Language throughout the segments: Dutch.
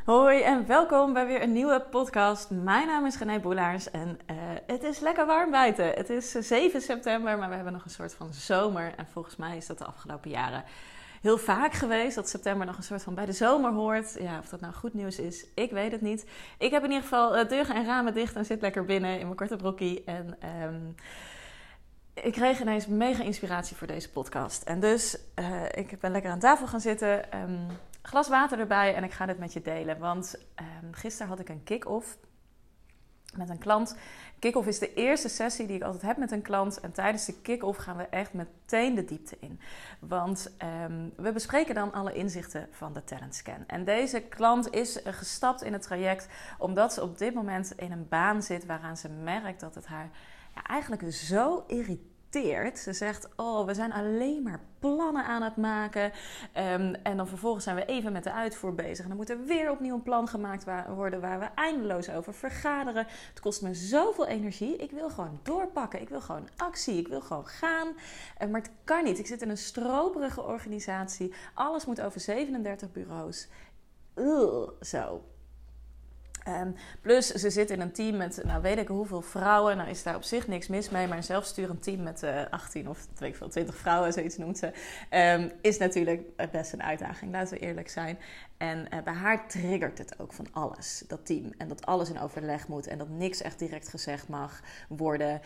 Hoi en welkom bij weer een nieuwe podcast. Mijn naam is René Boelaars en het is lekker warm buiten. Het is 7 september, maar we hebben nog een soort van zomer. En volgens mij is dat de afgelopen jaren heel vaak geweest, dat september nog een soort van bij de zomer hoort. Ja, of dat nou goed nieuws is, ik weet het niet. Ik heb in ieder geval deuren en ramen dicht en zit lekker binnen in mijn korte broekie. En ik kreeg ineens mega inspiratie voor deze podcast. En dus, ik ben lekker aan tafel gaan zitten, glas water erbij en ik ga dit met je delen. Want gisteren had ik een kick-off met een klant. Kick-off is de eerste sessie die ik altijd heb met een klant. En tijdens de kick-off gaan we echt meteen de diepte in. Want we bespreken dan alle inzichten van de Talent Scan. En deze klant is gestapt in het traject omdat ze op dit moment in een baan zit waaraan ze merkt dat het haar eigenlijk zo irriteert. Ze zegt, we zijn alleen maar plannen aan het maken. En dan vervolgens zijn we even met de uitvoer bezig. En dan moet er weer opnieuw een plan gemaakt worden waar we eindeloos over vergaderen. Het kost me zoveel energie. Ik wil gewoon doorpakken. Ik wil gewoon actie. Ik wil gewoon gaan. Maar het kan niet. Ik zit in een stroperige organisatie. Alles moet over 37 bureaus. Zo. Plus ze zit in een team met, weet ik hoeveel vrouwen. Nou is daar op zich niks mis mee. Maar een zelfsturend team met 18 of 20 vrouwen, zoiets noemt ze. Is natuurlijk best een uitdaging, laten we eerlijk zijn. En bij haar triggert het ook van alles, dat team. En dat alles in overleg moet. En dat niks echt direct gezegd mag worden.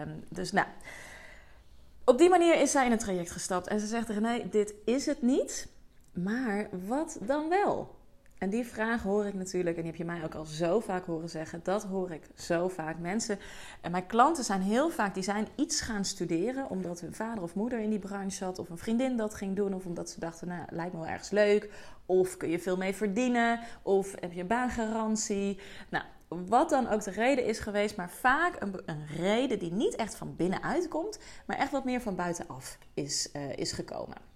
Op die manier is zij in het traject gestapt. En ze zegt, René, dit is het niet. Maar wat dan wel? En die vraag hoor ik natuurlijk, en die heb je mij ook al zo vaak horen zeggen. Dat hoor ik zo vaak. Mensen, en mijn klanten zijn heel vaak, die zijn iets gaan studeren. Omdat hun vader of moeder in die branche zat. Of een vriendin dat ging doen. Of omdat ze dachten, lijkt me wel ergens leuk. Of kun je veel mee verdienen. Of heb je baangarantie. Wat dan ook de reden is geweest. Maar vaak een reden die niet echt van binnenuit komt. Maar echt wat meer van buitenaf is gekomen.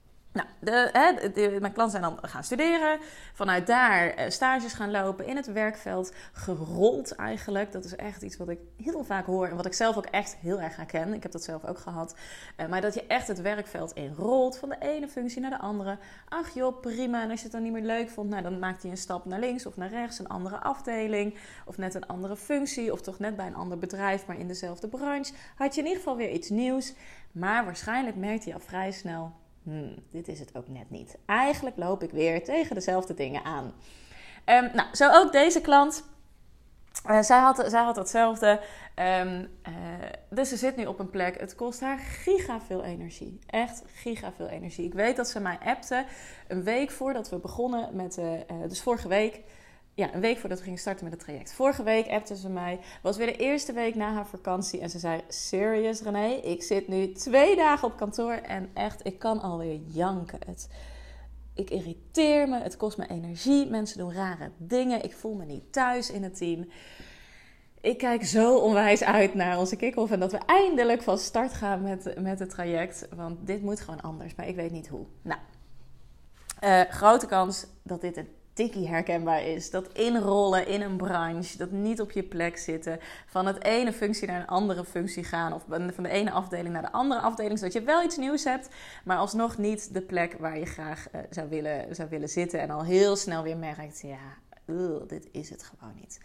Mijn klanten zijn dan gaan studeren. Vanuit daar stages gaan lopen. In het werkveld gerold eigenlijk. Dat is echt iets wat ik heel vaak hoor. En wat ik zelf ook echt heel erg herken. Ik heb dat zelf ook gehad. Maar dat je echt het werkveld inrolt. Van de ene functie naar de andere. Ach joh, prima. En als je het dan niet meer leuk vond. Dan maakte je een stap naar links of naar rechts. Een andere afdeling. Of net een andere functie. Of toch net bij een ander bedrijf. Maar in dezelfde branche. Had je in ieder geval weer iets nieuws. Maar waarschijnlijk merkte je al vrij snel. Dit is het ook net niet. Eigenlijk loop ik weer tegen dezelfde dingen aan. Zo ook deze klant. Zij had hetzelfde. Dus ze zit nu op een plek. Het kost haar giga veel energie. Echt giga veel energie. Ik weet dat ze mij appte een week voordat we begonnen met... dus vorige week... Ja, een week voordat we gingen starten met het traject. Vorige week appte ze mij. Was weer de eerste week na haar vakantie. En ze zei, serious René, ik zit nu 2 dagen op kantoor. En echt, ik kan alweer janken. Ik irriteer me, het kost me energie. Mensen doen rare dingen. Ik voel me niet thuis in het team. Ik kijk zo onwijs uit naar onze kick-off. En dat we eindelijk van start gaan met het traject. Want dit moet gewoon anders. Maar ik weet niet hoe. Grote kans dat dit een tikkie herkenbaar is. Dat inrollen in een branche, dat niet op je plek zitten, van het ene functie naar een andere functie gaan of van de ene afdeling naar de andere afdeling, zodat je wel iets nieuws hebt, maar alsnog niet de plek waar je graag zou willen zitten en al heel snel weer merkt, dit is het gewoon niet.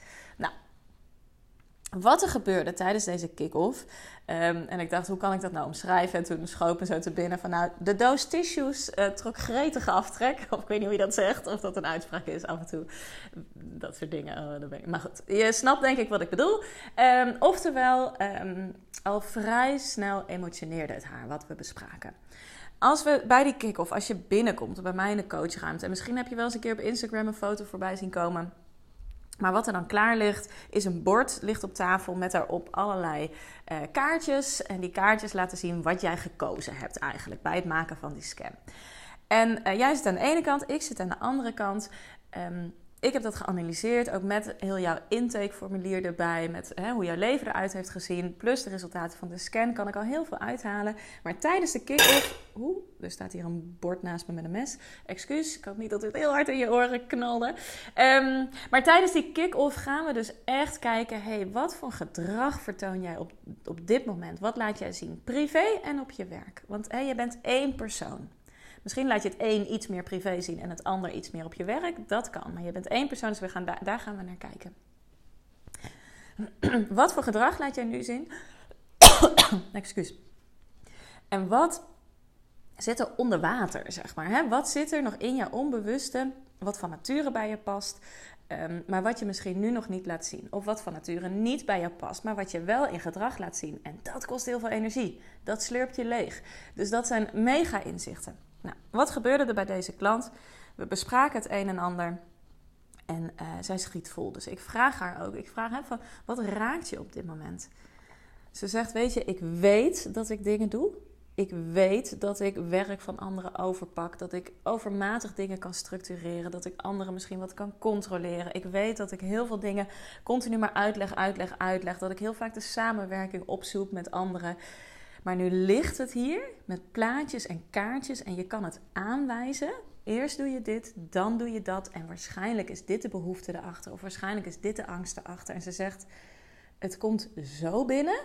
Wat er gebeurde tijdens deze kick-off. En ik dacht, hoe kan ik dat nou omschrijven? En toen schoot me zo te binnen van, de doos tissues trok gretige aftrek. Of ik weet niet hoe je dat zegt, of dat een uitspraak is af en toe. Dat soort dingen. Maar goed, je snapt denk ik wat ik bedoel. Oftewel, al vrij snel emotioneerde het haar wat we bespraken. Als we bij die kick-off, als je binnenkomt bij mij in de coachruimte. En misschien heb je wel eens een keer op Instagram een foto voorbij zien komen. Maar wat er dan klaar ligt, is een bord, ligt op tafel met daarop allerlei kaartjes. En die kaartjes laten zien wat jij gekozen hebt eigenlijk bij het maken van die scan. En jij zit aan de ene kant, ik zit aan de andere kant. Ik heb dat geanalyseerd, ook met heel jouw intakeformulier erbij, met hoe jouw leven eruit heeft gezien, plus de resultaten van de scan, kan ik al heel veel uithalen. Maar tijdens de kick-off, er staat hier een bord naast me met een mes. Excuus, ik hoop niet dat het heel hard in je oren knalde. Maar tijdens die kick-off gaan we dus echt kijken, wat voor gedrag vertoon jij op dit moment? Wat laat jij zien, privé en op je werk? Want je bent één persoon. Misschien laat je het een iets meer privé zien en het ander iets meer op je werk. Dat kan, maar je bent één persoon, dus daar gaan we naar kijken. Wat voor gedrag laat jij nu zien? Excuus. En wat zit er onder water, zeg maar? Hè? Wat zit er nog in jouw onbewuste, wat van nature bij je past, maar wat je misschien nu nog niet laat zien? Of wat van nature niet bij je past, maar wat je wel in gedrag laat zien. En dat kost heel veel energie. Dat slurpt je leeg. Dus dat zijn mega inzichten. Nou, wat gebeurde er bij deze klant? We bespraken het een en ander. En zij schiet vol. Dus ik vraag haar ook. Ik vraag haar van, wat raakt je op dit moment? Ze zegt, weet je, ik weet dat ik dingen doe. Ik weet dat ik werk van anderen overpak. Dat ik overmatig dingen kan structureren. Dat ik anderen misschien wat kan controleren. Ik weet dat ik heel veel dingen continu maar uitleg. Dat ik heel vaak de samenwerking opzoek met anderen. Maar nu ligt het hier met plaatjes en kaartjes en je kan het aanwijzen. Eerst doe je dit, dan doe je dat. En waarschijnlijk is dit de behoefte erachter. Of waarschijnlijk is dit de angst erachter. En ze zegt, het komt zo binnen.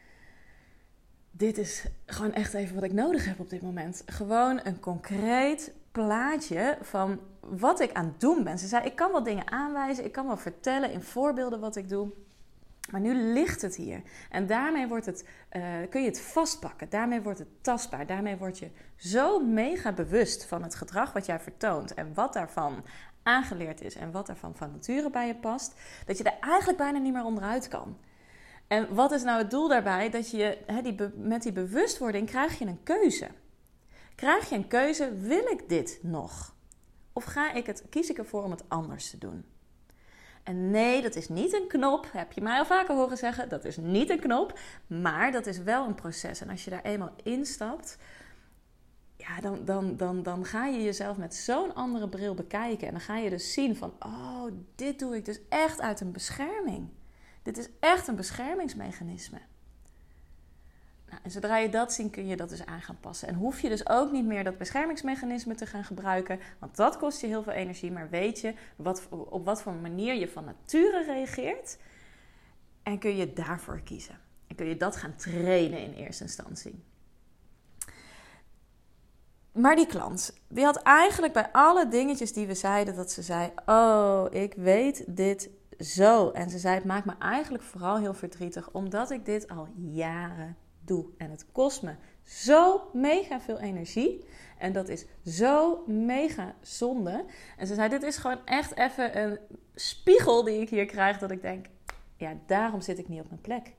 Dit is gewoon echt even wat ik nodig heb op dit moment. Gewoon een concreet plaatje van wat ik aan het doen ben. Ze zei, ik kan wel dingen aanwijzen. Ik kan wel vertellen in voorbeelden wat ik doe. Maar nu ligt het hier. En daarmee kun je het vastpakken. Daarmee wordt het tastbaar. Daarmee word je zo mega bewust van het gedrag wat jij vertoont. En wat daarvan aangeleerd is. En wat daarvan van nature bij je past. Dat je er eigenlijk bijna niet meer onderuit kan. En wat is nou het doel daarbij? Dat je met die bewustwording krijg je een keuze. Krijg je een keuze, wil ik dit nog? Of kies ik ervoor om het anders te doen? En nee, dat is niet een knop. Heb je mij al vaker horen zeggen. Dat is niet een knop. Maar dat is wel een proces. En als je daar eenmaal instapt, ja, dan ga je jezelf met zo'n andere bril bekijken. En dan ga je dus zien van, oh, dit doe ik dus echt uit een bescherming. Dit is echt een beschermingsmechanisme. Nou, en zodra je dat ziet, kun je dat dus aan gaan passen. En hoef je dus ook niet meer dat beschermingsmechanisme te gaan gebruiken. Want dat kost je heel veel energie. Maar weet je op wat voor manier je van nature reageert. En kun je daarvoor kiezen. En kun je dat gaan trainen in eerste instantie. Maar die klant, die had eigenlijk bij alle dingetjes die we zeiden, dat ze zei, oh, ik weet dit zo. En ze zei, het maakt me eigenlijk vooral heel verdrietig, omdat ik dit al jaren doe. En het kost me zo mega veel energie. En dat is zo mega zonde. En ze zei, dit is gewoon echt even een spiegel die ik hier krijg, dat ik denk, ja, daarom zit ik niet op mijn plek.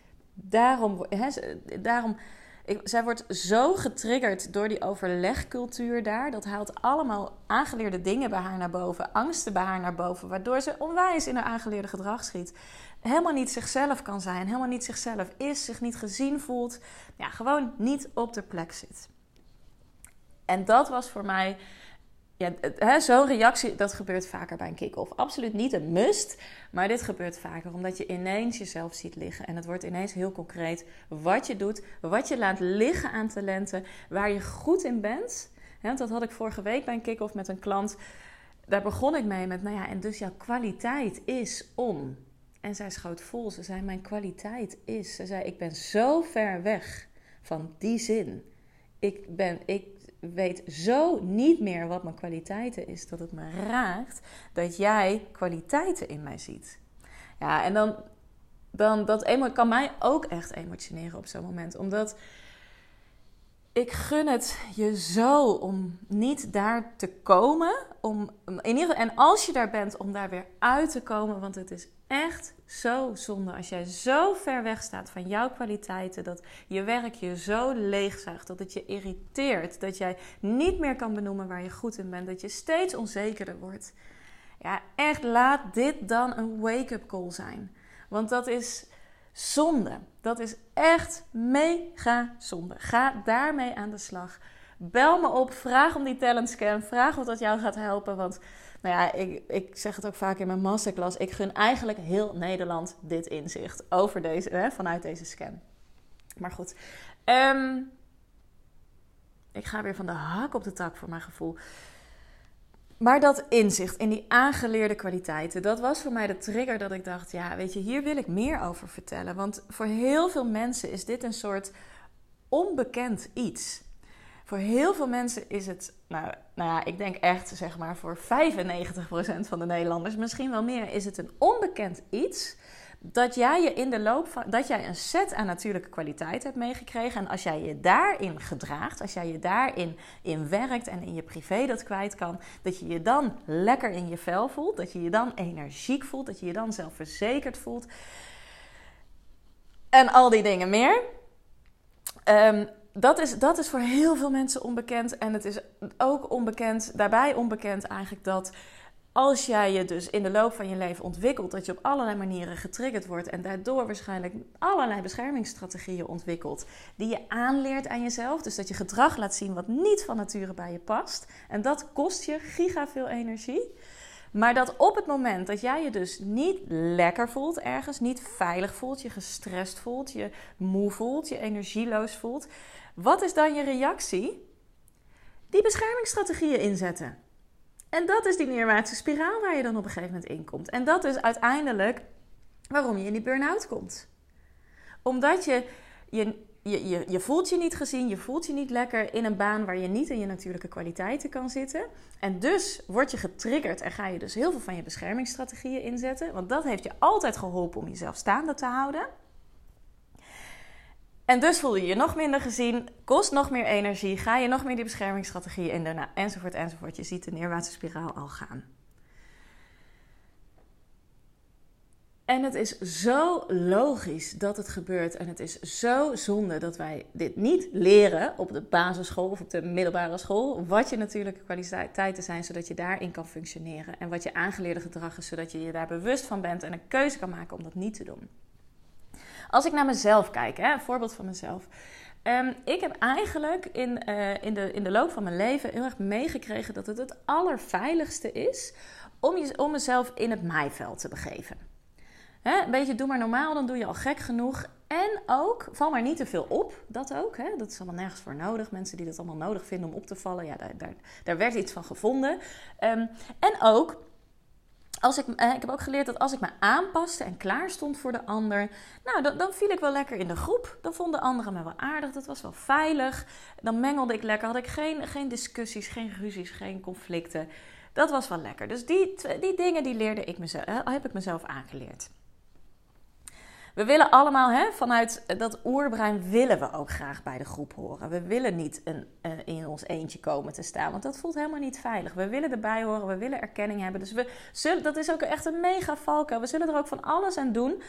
Zij wordt zo getriggerd door die overlegcultuur daar. Dat haalt allemaal aangeleerde dingen bij haar naar boven. Angsten bij haar naar boven. Waardoor ze onwijs in haar aangeleerde gedrag schiet. Helemaal niet zichzelf kan zijn. Helemaal niet zichzelf is. Zich niet gezien voelt. Ja, gewoon niet op de plek zit. En dat was voor mij... Ja, zo'n reactie, dat gebeurt vaker bij een kick-off. Absoluut niet een must, maar dit gebeurt vaker. Omdat je ineens jezelf ziet liggen. En het wordt ineens heel concreet wat je doet. Wat je laat liggen aan talenten. Waar je goed in bent. Want dat had ik vorige week bij een kick-off met een klant. Daar begon ik mee met, en dus jouw kwaliteit is om. En zij schoot vol. Ze zei, mijn kwaliteit is. Ze zei, ik ben zo ver weg van die zin. Ik weet zo niet meer wat mijn kwaliteiten is, dat het me raakt dat jij kwaliteiten in mij ziet. Ja, en dan dat kan mij ook echt emotioneren op zo'n moment. Omdat ik gun het je zo om niet daar te komen. En als je daar bent, om daar weer uit te komen. Want het is echt zo zonde als jij zo ver weg staat van jouw kwaliteiten. Dat je werk je zo leegzuigt. Dat het je irriteert. Dat jij niet meer kan benoemen waar je goed in bent. Dat je steeds onzekerder wordt. Ja, echt, laat dit dan een wake-up call zijn. Want dat is zonde. Dat is echt mega zonde. Ga daarmee aan de slag. Bel me op, vraag om die talentscan. Vraag of dat jou gaat helpen. Want ik zeg het ook vaak in mijn masterclass. Ik gun eigenlijk heel Nederland dit inzicht over vanuit deze scan. Maar goed. Ik ga weer van de hak op de tak voor mijn gevoel. Maar dat inzicht in die aangeleerde kwaliteiten, dat was voor mij de trigger dat ik dacht, ja, weet je, hier wil ik meer over vertellen. Want voor heel veel mensen is dit een soort onbekend iets. Voor heel veel mensen is het, nou ja, ik denk echt zeg maar voor 95% van de Nederlanders, misschien wel meer, is het een onbekend iets dat jij je in de loop van, dat jij een set aan natuurlijke kwaliteit hebt meegekregen. En als jij je daarin gedraagt, als jij je daarin werkt en in je privé dat kwijt kan, dat je je dan lekker in je vel voelt, dat je je dan energiek voelt, dat je je dan zelfverzekerd voelt. En al die dingen meer. Dat is voor heel veel mensen onbekend. En het is ook daarbij onbekend eigenlijk dat als jij je dus in de loop van je leven ontwikkelt, dat je op allerlei manieren getriggerd wordt en daardoor waarschijnlijk allerlei beschermingsstrategieën ontwikkelt die je aanleert aan jezelf. Dus dat je gedrag laat zien wat niet van nature bij je past. En dat kost je giga veel energie. Maar dat op het moment dat jij je dus niet lekker voelt ergens, niet veilig voelt, je gestrest voelt, je moe voelt, je energieloos voelt, wat is dan je reactie? Die beschermingsstrategieën inzetten. En dat is die neerwaartse spiraal waar je dan op een gegeven moment in komt. En dat is uiteindelijk waarom je in die burn-out komt. Omdat je voelt je niet gezien, je voelt je niet lekker in een baan waar je niet in je natuurlijke kwaliteiten kan zitten. En dus word je getriggerd en ga je dus heel veel van je beschermingsstrategieën inzetten. Want dat heeft je altijd geholpen om jezelf staande te houden. En dus voel je je nog minder gezien, kost nog meer energie, ga je nog meer die beschermingsstrategieën in, daarna, enzovoort, enzovoort. Je ziet de neerwaartse spiraal al gaan. En het is zo logisch dat het gebeurt en het is zo zonde dat wij dit niet leren op de basisschool of op de middelbare school. Wat je natuurlijke kwaliteiten zijn, zodat je daarin kan functioneren. En wat je aangeleerde gedrag is, zodat je je daar bewust van bent en een keuze kan maken om dat niet te doen. Als ik naar mezelf kijk, een voorbeeld van mezelf. Ik heb eigenlijk in de loop van mijn leven heel erg meegekregen dat het allerveiligste is om mezelf in het maaiveld te begeven. Een beetje doe maar normaal, dan doe je al gek genoeg. En ook, val maar niet te veel op, dat ook. Dat is allemaal nergens voor nodig. Mensen die dat allemaal nodig vinden om op te vallen, ja, daar werd iets van gevonden. En ook, ik heb ook geleerd dat als ik me aanpaste en klaar stond voor de ander, nou, dan viel ik wel lekker in de groep. Dan vonden anderen me wel aardig, dat was wel veilig. Dan mengelde ik lekker, had ik geen discussies, geen ruzies, geen conflicten. Dat was wel lekker. Dus die dingen die heb ik mezelf aangeleerd. We willen allemaal, vanuit dat oerbrein willen we ook graag bij de groep horen. We willen niet in ons eentje komen te staan, want dat voelt helemaal niet veilig. We willen erbij horen, we willen erkenning hebben. Dus dat is ook echt een mega valkuil. We zullen er ook van alles aan doen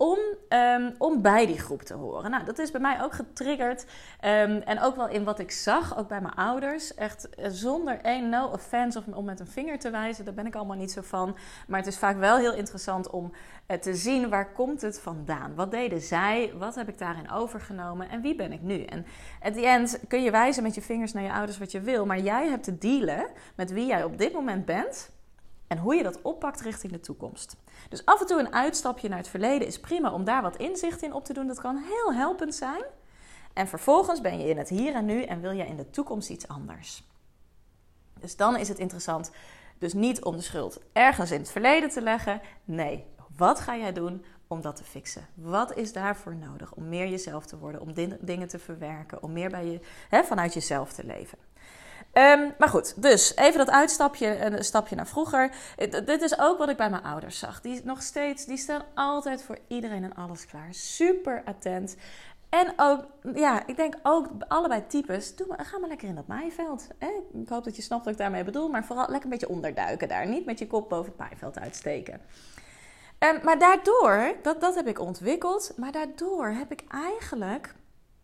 om bij die groep te horen. Nou, dat is bij mij ook getriggerd. En ook wel in wat ik zag, ook bij mijn ouders. Echt zonder no offense om met een vinger te wijzen. Daar ben ik allemaal niet zo van. Maar het is vaak wel heel interessant om te zien waar komt het vandaan. Wat deden zij? Wat heb ik daarin overgenomen? En wie ben ik nu? En at the end kun je wijzen met je vingers naar je ouders wat je wil. Maar jij hebt te dealen met wie jij op dit moment bent. En hoe je dat oppakt richting de toekomst. Dus af en toe een uitstapje naar het verleden is prima om daar wat inzicht in op te doen. Dat kan heel helpend zijn. En vervolgens ben je in het hier en nu en wil je in de toekomst iets anders. Dus dan is het interessant, dus niet om de schuld ergens in het verleden te leggen. Nee, wat ga jij doen om dat te fixen? Wat is daarvoor nodig om meer jezelf te worden, om dingen te verwerken, om meer vanuit jezelf te leven? Maar goed, dus even dat uitstapje, een stapje naar vroeger. Dit is ook wat ik bij mijn ouders zag. Die staan altijd voor iedereen en alles klaar. Super attent. En ook, ja, ik denk ook allebei types, ga maar lekker in dat maaiveld. Ik hoop dat je snapt wat ik daarmee bedoel, maar vooral lekker een beetje onderduiken daar. Niet met je kop boven het maaiveld uitsteken. Maar daardoor, dat heb ik ontwikkeld, maar daardoor heb ik eigenlijk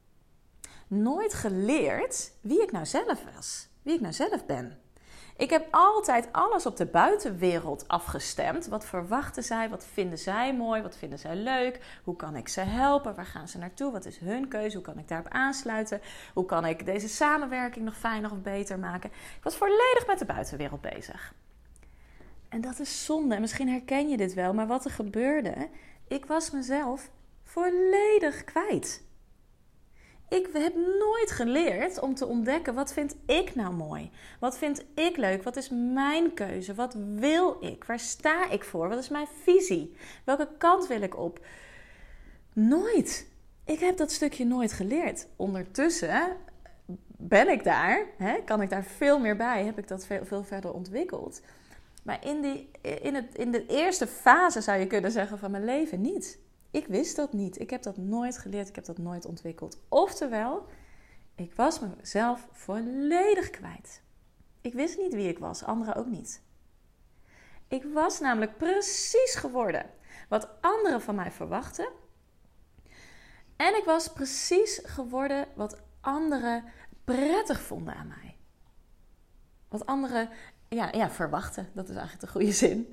nooit geleerd wie ik nou zelf was. Wie ik nou zelf ben. Ik heb altijd alles op de buitenwereld afgestemd. Wat verwachten zij? Wat vinden zij mooi? Wat vinden zij leuk? Hoe kan ik ze helpen? Waar gaan ze naartoe? Wat is hun keuze? Hoe kan ik daarop aansluiten? Hoe kan ik deze samenwerking nog fijner of beter maken? Ik was volledig met de buitenwereld bezig. En dat is zonde. En misschien herken je dit wel. Maar wat er gebeurde, ik was mezelf volledig kwijt. Ik heb nooit geleerd om te ontdekken, wat vind ik nou mooi? Wat vind ik leuk? Wat is mijn keuze? Wat wil ik? Waar sta ik voor? Wat is mijn visie? Welke kant wil ik op? Nooit. Ik heb dat stukje nooit geleerd. Ondertussen ben ik daar? Kan ik daar veel meer bij? Heb ik dat veel verder ontwikkeld? Maar in de eerste fase zou je kunnen zeggen van mijn leven niet. Ik wist dat niet. Ik heb dat nooit geleerd. Ik heb dat nooit ontwikkeld. Oftewel, ik was mezelf volledig kwijt. Ik wist niet wie ik was. Anderen ook niet. Ik was namelijk precies geworden wat anderen van mij verwachten. En ik was precies geworden wat anderen prettig vonden aan mij. Wat anderen verwachten. Dat is eigenlijk de goede zin.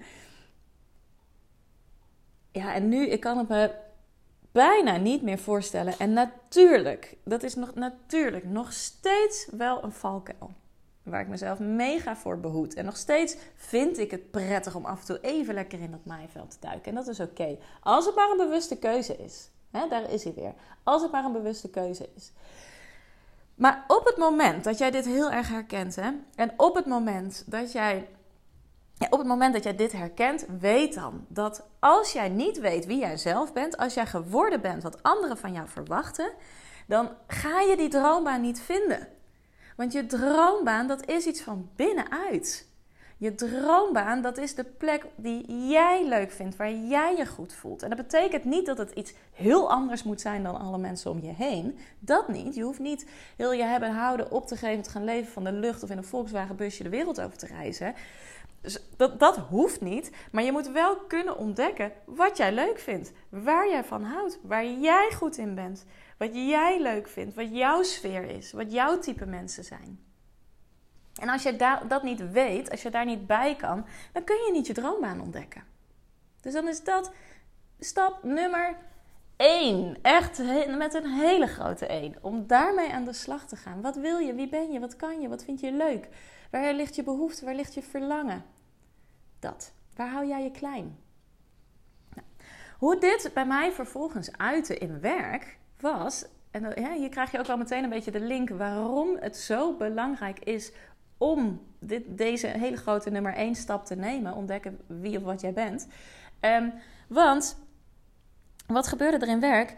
Ja, en nu, ik kan het me bijna niet meer voorstellen. En natuurlijk, dat is nog steeds wel een valkuil. Waar ik mezelf mega voor behoed. En nog steeds vind ik het prettig om af en toe even lekker in dat maaiveld te duiken. En dat is oké. Als het maar een bewuste keuze is. Daar is hij weer. Als het maar een bewuste keuze is. Maar op het moment dat jij dit heel erg herkent. En op het moment dat jij dit herkent, weet dan dat als jij niet weet wie jij zelf bent, als jij geworden bent wat anderen van jou verwachten, dan ga je die droombaan niet vinden. Want je droombaan, dat is iets van binnenuit. Je droombaan, dat is de plek die jij leuk vindt, waar jij je goed voelt. En dat betekent niet dat het iets heel anders moet zijn dan alle mensen om je heen. Dat niet. Je hoeft niet heel je hebben en houden op te geven, te gaan leven van de lucht of in een Volkswagenbusje de wereld over te reizen. Dus dat hoeft niet, maar je moet wel kunnen ontdekken wat jij leuk vindt. Waar jij van houdt, waar jij goed in bent. Wat jij leuk vindt, wat jouw sfeer is, wat jouw type mensen zijn. En als je dat niet weet, als je daar niet bij kan, dan kun je niet je droombaan ontdekken. Dus dan is dat stap nummer 1. Echt met een hele grote 1. Om daarmee aan de slag te gaan. Wat wil je? Wie ben je? Wat kan je? Wat vind je leuk? Waar ligt je behoefte? Waar ligt je verlangen? Dat. Waar hou jij je klein? Nou, hoe dit bij mij vervolgens uitte in werk was... En hier krijg je ook wel meteen een beetje de link waarom het zo belangrijk is om deze hele grote nummer 1 stap te nemen. Ontdekken wie of wat jij bent. Want wat gebeurde er in werk?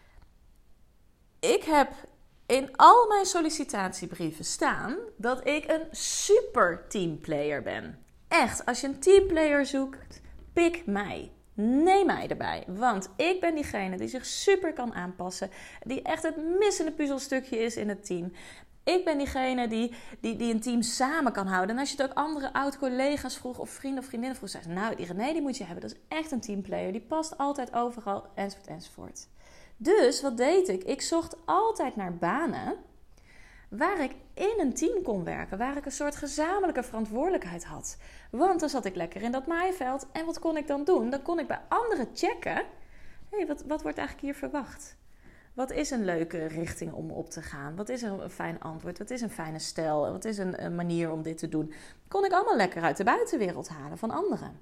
Ik heb in al mijn sollicitatiebrieven staan dat ik een super teamplayer ben. Echt, als je een teamplayer zoekt, pik mij. Neem mij erbij, want ik ben diegene die zich super kan aanpassen. Die echt het missende puzzelstukje is in het team. Ik ben diegene die een team samen kan houden. En als je het ook andere oud-collega's vroeg of vrienden of vriendinnen vroeg, zei ze, nou, die René die moet je hebben. Dat is echt een teamplayer. Die past altijd overal, enzovoort, enzovoort. Dus wat deed ik? Ik zocht altijd naar banen waar ik in een team kon werken. Waar ik een soort gezamenlijke verantwoordelijkheid had. Want dan zat ik lekker in dat maaiveld. En wat kon ik dan doen? Dan kon ik bij anderen checken. Hé, wat wordt eigenlijk hier verwacht? Wat is een leuke richting om op te gaan? Wat is een fijn antwoord? Wat is een fijne stijl? Wat is een manier om dit te doen? Kon ik allemaal lekker uit de buitenwereld halen van anderen.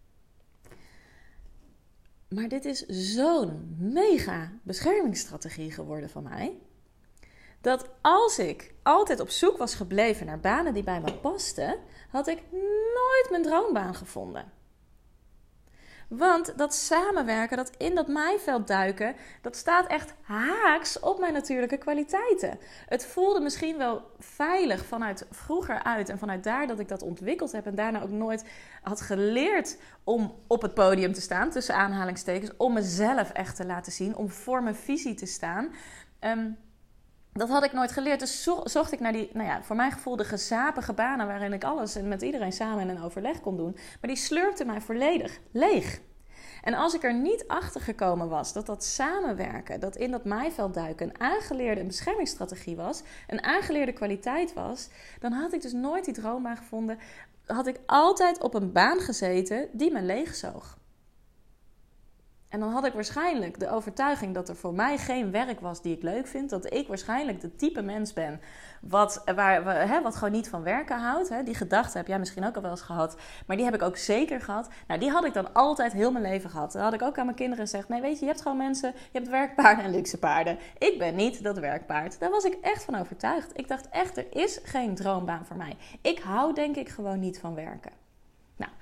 Maar dit is zo'n mega beschermingsstrategie geworden van mij. Dat als ik altijd op zoek was gebleven naar banen die bij me pasten, had ik nooit mijn droombaan gevonden. Want dat samenwerken, dat in dat maaiveld duiken, dat staat echt haaks op mijn natuurlijke kwaliteiten. Het voelde misschien wel veilig vanuit vroeger uit en vanuit daar dat ik dat ontwikkeld heb en daarna ook nooit had geleerd om op het podium te staan, tussen aanhalingstekens, om mezelf echt te laten zien, om voor mijn visie te staan. Dat had ik nooit geleerd, dus zocht ik naar die, voor mijn gevoel de gezapige banen waarin ik alles en met iedereen samen in een overleg kon doen. Maar die slurpte mij volledig leeg. En als ik er niet achter gekomen was dat samenwerken, dat in dat maaiveld duiken een aangeleerde beschermingsstrategie was, een aangeleerde kwaliteit was, dan had ik dus nooit die droombaan gevonden. Had ik altijd op een baan gezeten die me leegzoog. En dan had ik waarschijnlijk de overtuiging dat er voor mij geen werk was die ik leuk vind. Dat ik waarschijnlijk de type mens ben wat gewoon niet van werken houdt. Die gedachte heb jij misschien ook al wel eens gehad. Maar die heb ik ook zeker gehad. Nou, die had ik dan altijd heel mijn leven gehad. Dan had ik ook aan mijn kinderen gezegd. Nee, weet je hebt gewoon mensen, je hebt werkpaarden en luxe paarden. Ik ben niet dat werkpaard. Daar was ik echt van overtuigd. Ik dacht echt, er is geen droombaan voor mij. Ik hou denk ik gewoon niet van werken.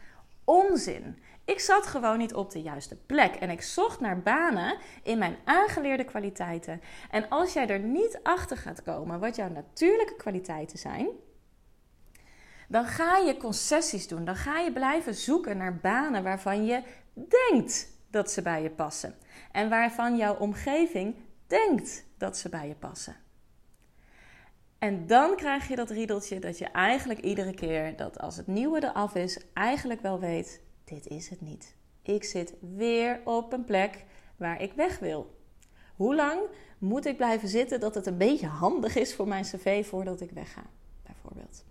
onzin. Ik zat gewoon niet op de juiste plek. En ik zocht naar banen in mijn aangeleerde kwaliteiten. En als jij er niet achter gaat komen wat jouw natuurlijke kwaliteiten zijn, dan ga je concessies doen. Dan ga je blijven zoeken naar banen waarvan je denkt dat ze bij je passen. En waarvan jouw omgeving denkt dat ze bij je passen. En dan krijg je dat riedeltje dat je eigenlijk iedere keer, dat als het nieuwe eraf is, eigenlijk wel weet, dit is het niet. Ik zit weer op een plek waar ik weg wil. Hoe lang moet ik blijven zitten dat het een beetje handig is voor mijn cv voordat ik wegga, bijvoorbeeld?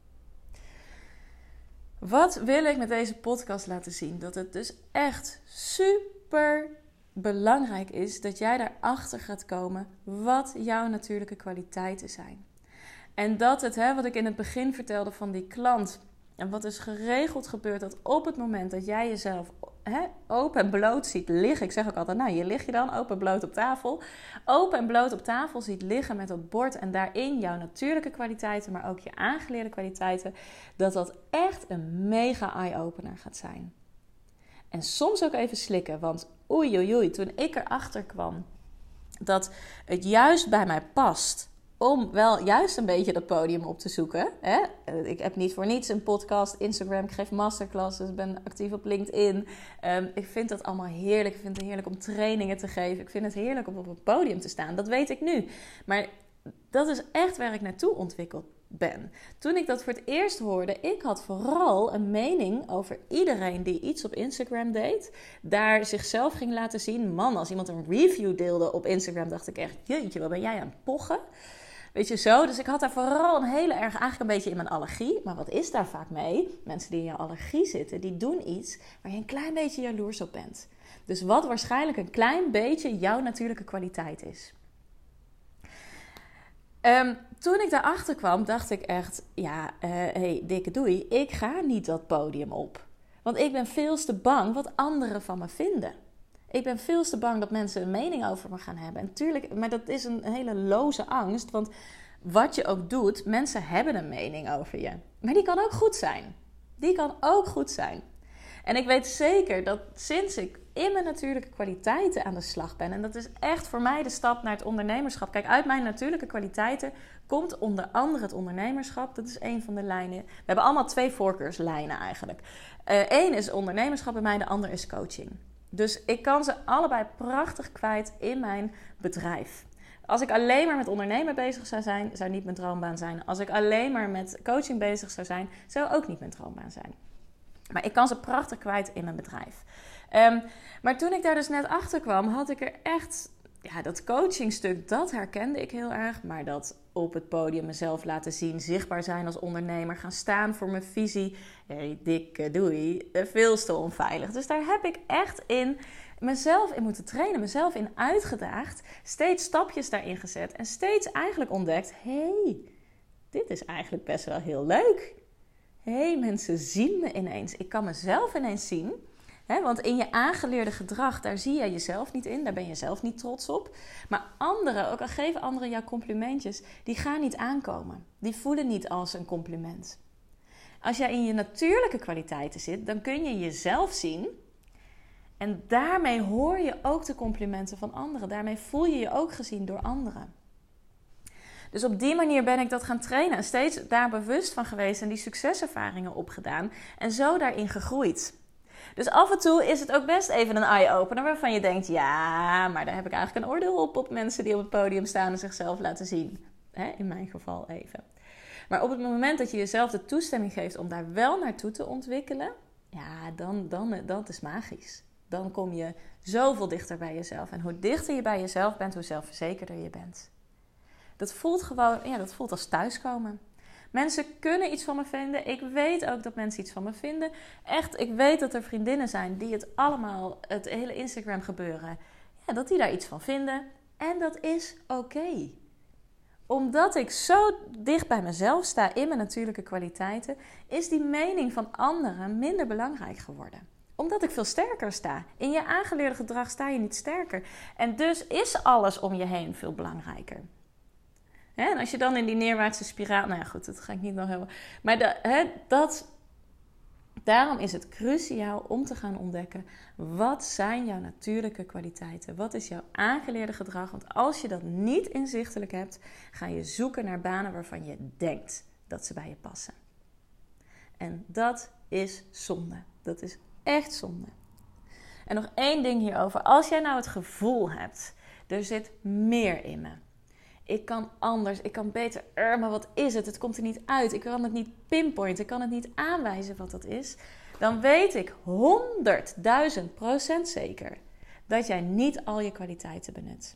Wat wil ik met deze podcast laten zien? Dat het dus echt super belangrijk is dat jij daarachter gaat komen wat jouw natuurlijke kwaliteiten zijn. En dat het, wat ik in het begin vertelde van die klant, en wat dus geregeld gebeurt, dat op het moment dat jij jezelf open en bloot ziet liggen. Ik zeg ook altijd, hier lig je dan open en bloot op tafel. Open en bloot op tafel ziet liggen met dat bord en daarin jouw natuurlijke kwaliteiten, maar ook je aangeleerde kwaliteiten. Dat echt een mega eye-opener gaat zijn. En soms ook even slikken, want oei, toen ik erachter kwam dat het juist bij mij past om wel juist een beetje dat podium op te zoeken. Ik heb niet voor niets een podcast, Instagram, ik geef masterclasses, ik ben actief op LinkedIn. Ik vind dat allemaal heerlijk. Ik vind het heerlijk om trainingen te geven. Ik vind het heerlijk om op een podium te staan. Dat weet ik nu. Maar dat is echt waar ik naartoe ontwikkeld ben. Toen ik dat voor het eerst hoorde, ik had vooral een mening over iedereen die iets op Instagram deed, daar zichzelf ging laten zien. Man, als iemand een review deelde op Instagram, dacht ik echt, jeetje, wat ben jij aan het pochen? Weet je zo, dus ik had daar vooral een hele erg, eigenlijk een beetje in mijn allergie. Maar wat is daar vaak mee? Mensen die in jouw allergie zitten, die doen iets waar je een klein beetje jaloers op bent. Dus wat waarschijnlijk een klein beetje jouw natuurlijke kwaliteit is. Toen ik daarachter kwam, dacht ik echt, dikke doei, ik ga niet dat podium op. Want ik ben veel te bang wat anderen van me vinden. Ik ben veel te bang dat mensen een mening over me gaan hebben. En tuurlijk, maar dat is een hele loze angst. Want wat je ook doet, mensen hebben een mening over je. Maar die kan ook goed zijn. Die kan ook goed zijn. En ik weet zeker dat sinds ik in mijn natuurlijke kwaliteiten aan de slag ben, en dat is echt voor mij de stap naar het ondernemerschap. Kijk, uit mijn natuurlijke kwaliteiten komt onder andere het ondernemerschap. Dat is een van de lijnen. We hebben allemaal 2 voorkeurslijnen eigenlijk. Eén is ondernemerschap bij mij, de ander is coaching. Dus ik kan ze allebei prachtig kwijt in mijn bedrijf. Als ik alleen maar met ondernemen bezig zou zijn, zou niet mijn droombaan zijn. Als ik alleen maar met coaching bezig zou zijn, zou ook niet mijn droombaan zijn. Maar ik kan ze prachtig kwijt in mijn bedrijf. Maar toen ik daar dus net achter kwam, had ik er echt, dat coachingstuk, dat herkende ik heel erg. Maar dat op het podium mezelf laten zien, zichtbaar zijn als ondernemer, gaan staan voor mijn visie, dikke doei, veel te onveilig. Dus daar heb ik echt mezelf in moeten trainen, mezelf in uitgedaagd, steeds stapjes daarin gezet en steeds eigenlijk ontdekt, dit is eigenlijk best wel heel leuk. Mensen zien me ineens. Ik kan mezelf ineens zien. Want in je aangeleerde gedrag, daar zie je jezelf niet in. Daar ben je zelf niet trots op. Maar anderen, ook al geven anderen jou complimentjes, die gaan niet aankomen. Die voelen niet als een compliment. Als jij in je natuurlijke kwaliteiten zit, dan kun je jezelf zien. En daarmee hoor je ook de complimenten van anderen. Daarmee voel je je ook gezien door anderen. Dus op die manier ben ik dat gaan trainen en steeds daar bewust van geweest en die succeservaringen opgedaan en zo daarin gegroeid. Dus af en toe is het ook best even een eye-opener waarvan je denkt, maar daar heb ik eigenlijk een oordeel op mensen die op het podium staan en zichzelf laten zien. In mijn geval even. Maar op het moment dat je jezelf de toestemming geeft om daar wel naartoe te ontwikkelen, dan dat is magisch. Dan kom je zoveel dichter bij jezelf. En hoe dichter je bij jezelf bent, hoe zelfverzekerder je bent. Dat voelt gewoon, dat voelt als thuiskomen. Mensen kunnen iets van me vinden. Ik weet ook dat mensen iets van me vinden. Echt, ik weet dat er vriendinnen zijn die het allemaal, het hele Instagram gebeuren, dat die daar iets van vinden. En dat is oké. Omdat ik zo dicht bij mezelf sta in mijn natuurlijke kwaliteiten, is die mening van anderen minder belangrijk geworden. Omdat ik veel sterker sta. In je aangeleerde gedrag sta je niet sterker. En dus is alles om je heen veel belangrijker. En als je dan in die neerwaartse spiraal, dat ga ik niet nog helemaal. Maar Daarom is het cruciaal om te gaan ontdekken, wat zijn jouw natuurlijke kwaliteiten? Wat is jouw aangeleerde gedrag? Want als je dat niet inzichtelijk hebt, ga je zoeken naar banen waarvan je denkt dat ze bij je passen. En dat is zonde. Dat is echt zonde. En nog één ding hierover. Als jij nou het gevoel hebt, er zit meer in me. Ik kan anders, ik kan beter, maar wat is het? Het komt er niet uit. Ik kan het niet pinpointen, ik kan het niet aanwijzen wat dat is. Dan weet ik 100.000% zeker dat jij niet al je kwaliteiten benut.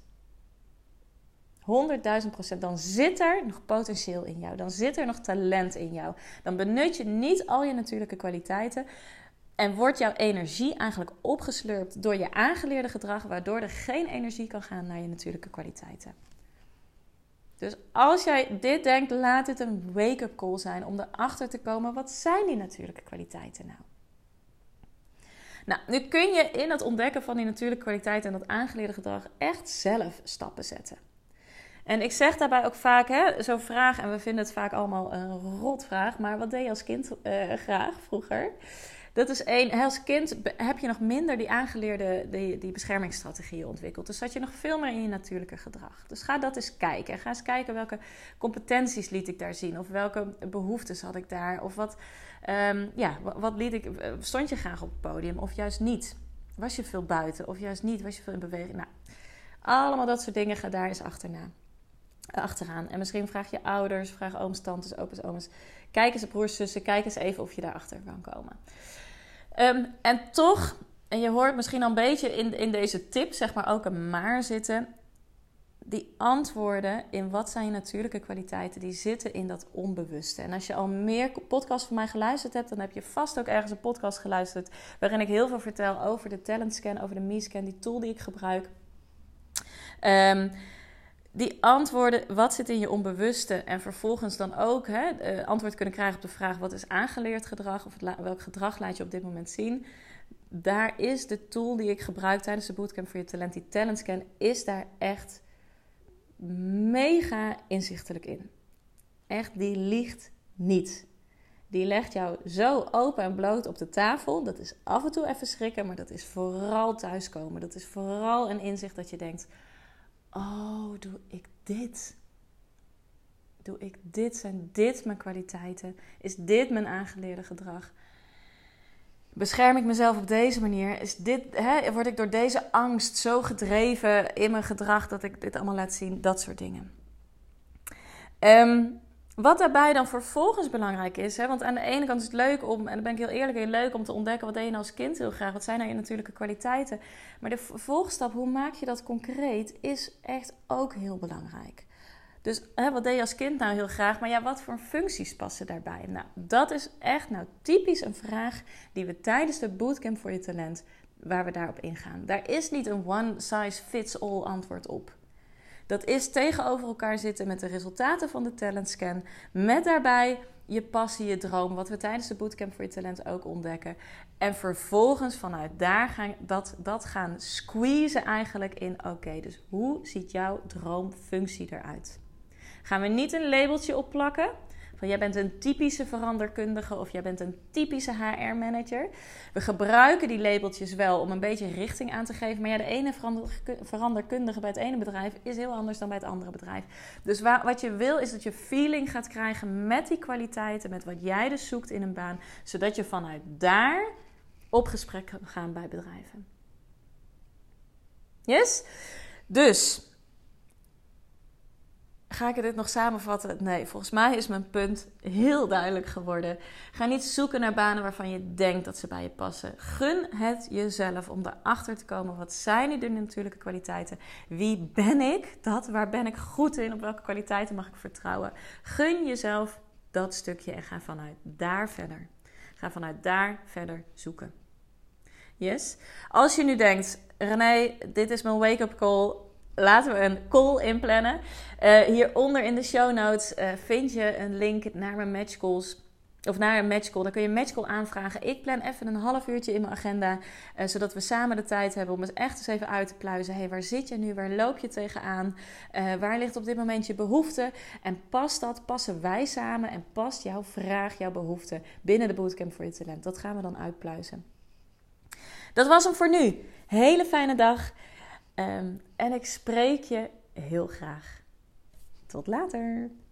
100.000%. Dan zit er nog potentieel in jou. Dan zit er nog talent in jou. Dan benut je niet al je natuurlijke kwaliteiten. En wordt jouw energie eigenlijk opgeslurpt door je aangeleerde gedrag, waardoor er geen energie kan gaan naar je natuurlijke kwaliteiten. Dus als jij dit denkt, laat dit een wake-up call zijn om erachter te komen, wat zijn die natuurlijke kwaliteiten nou? Nou, nu kun je in het ontdekken van die natuurlijke kwaliteiten en dat aangeleerde gedrag echt zelf stappen zetten. En ik zeg daarbij ook vaak, zo'n vraag, en we vinden het vaak allemaal een rotvraag, maar wat deed je als kind graag vroeger? Dat is één, als kind heb je nog minder die aangeleerde die beschermingsstrategieën ontwikkeld. Dus zat je nog veel meer in je natuurlijke gedrag. Dus ga dat eens kijken. Ga eens kijken welke competenties liet ik daar zien. Of welke behoeftes had ik daar. Of wat stond je graag op het podium of juist niet. Was je veel buiten of juist niet. Was je veel in beweging. Nou, allemaal dat soort dingen, ga daar eens achteraan. En misschien vraag je ouders, vraag ooms, tantes, opa's, oma's. Kijk eens, broers, zussen, kijk eens even of je daarachter kan komen. En toch, en je hoort misschien al een beetje in deze tip, zeg maar ook een maar zitten. Die antwoorden in wat zijn je natuurlijke kwaliteiten, die zitten in dat onbewuste. En als je al meer podcasts van mij geluisterd hebt, dan heb je vast ook ergens een podcast geluisterd waarin ik heel veel vertel over de Talent Scan, over de Me-Scan, die tool die ik gebruik. Die antwoorden, wat zit in je onbewuste? En vervolgens dan ook antwoord kunnen krijgen op de vraag, wat is aangeleerd gedrag? Of welk gedrag laat je op dit moment zien? Daar is de tool die ik gebruik tijdens de Bootcamp voor je talent, die Talent Scan, is daar echt mega inzichtelijk in. Echt, die liegt niet. Die legt jou zo open en bloot op de tafel. Dat is af en toe even schrikken, maar dat is vooral thuiskomen. Dat is vooral een inzicht dat je denkt, oh, doe ik dit? Doe ik dit? Zijn dit mijn kwaliteiten? Is dit mijn aangeleerde gedrag? Bescherm ik mezelf op deze manier? Word ik door deze angst zo gedreven in mijn gedrag dat ik dit allemaal laat zien? Dat soort dingen. Wat daarbij dan vervolgens belangrijk is, want aan de ene kant is het leuk om, en daar ben ik heel eerlijk in, leuk om te ontdekken wat deed je nou als kind heel graag, wat zijn nou je natuurlijke kwaliteiten. Maar de vervolgstap, hoe maak je dat concreet, is echt ook heel belangrijk. Dus wat deed je als kind nou heel graag, maar wat voor functies passen daarbij? Nou, dat is echt typisch een vraag die we tijdens de Bootcamp voor je talent, waar we daarop ingaan. Daar is niet een one size fits all antwoord op. Dat is tegenover elkaar zitten met de resultaten van de Talent Scan. Met daarbij je passie, je droom. Wat we tijdens de Bootcamp voor je talent ook ontdekken. En vervolgens vanuit daar gaan dat gaan squeezen eigenlijk in. Oké, dus hoe ziet jouw droomfunctie eruit? Gaan we niet een labeltje opplakken. Van jij bent een typische veranderkundige of jij bent een typische HR-manager. We gebruiken die labeltjes wel om een beetje richting aan te geven. Maar de ene veranderkundige bij het ene bedrijf is heel anders dan bij het andere bedrijf. Dus wat je wil is dat je feeling gaat krijgen met die kwaliteiten. Met wat jij dus zoekt in een baan. Zodat je vanuit daar op gesprek kan gaan bij bedrijven. Yes? Dus ga ik dit nog samenvatten? Nee, volgens mij is mijn punt heel duidelijk geworden. Ga niet zoeken naar banen waarvan je denkt dat ze bij je passen. Gun het jezelf om erachter te komen. Wat zijn die natuurlijke kwaliteiten? Wie ben ik? Waar ben ik goed in? Op welke kwaliteiten mag ik vertrouwen? Gun jezelf dat stukje en ga vanuit daar verder. Ga vanuit daar verder zoeken. Yes? Als je nu denkt, René, dit is mijn wake-up call. Laten we een call inplannen. Hieronder in de show notes vind je een link naar mijn matchcalls. of naar een matchcall. Dan kun je een matchcall aanvragen. Ik plan even een half uurtje in mijn agenda. Zodat we samen de tijd hebben om het echt eens even uit te pluizen. Hey, waar zit je nu? Waar loop je tegenaan? Waar ligt op dit moment je behoefte? En passen wij samen en past jouw vraag, jouw behoefte binnen de Bootcamp voor je talent? Dat gaan we dan uitpluizen. Dat was hem voor nu. Hele fijne dag. En ik spreek je heel graag. Tot later.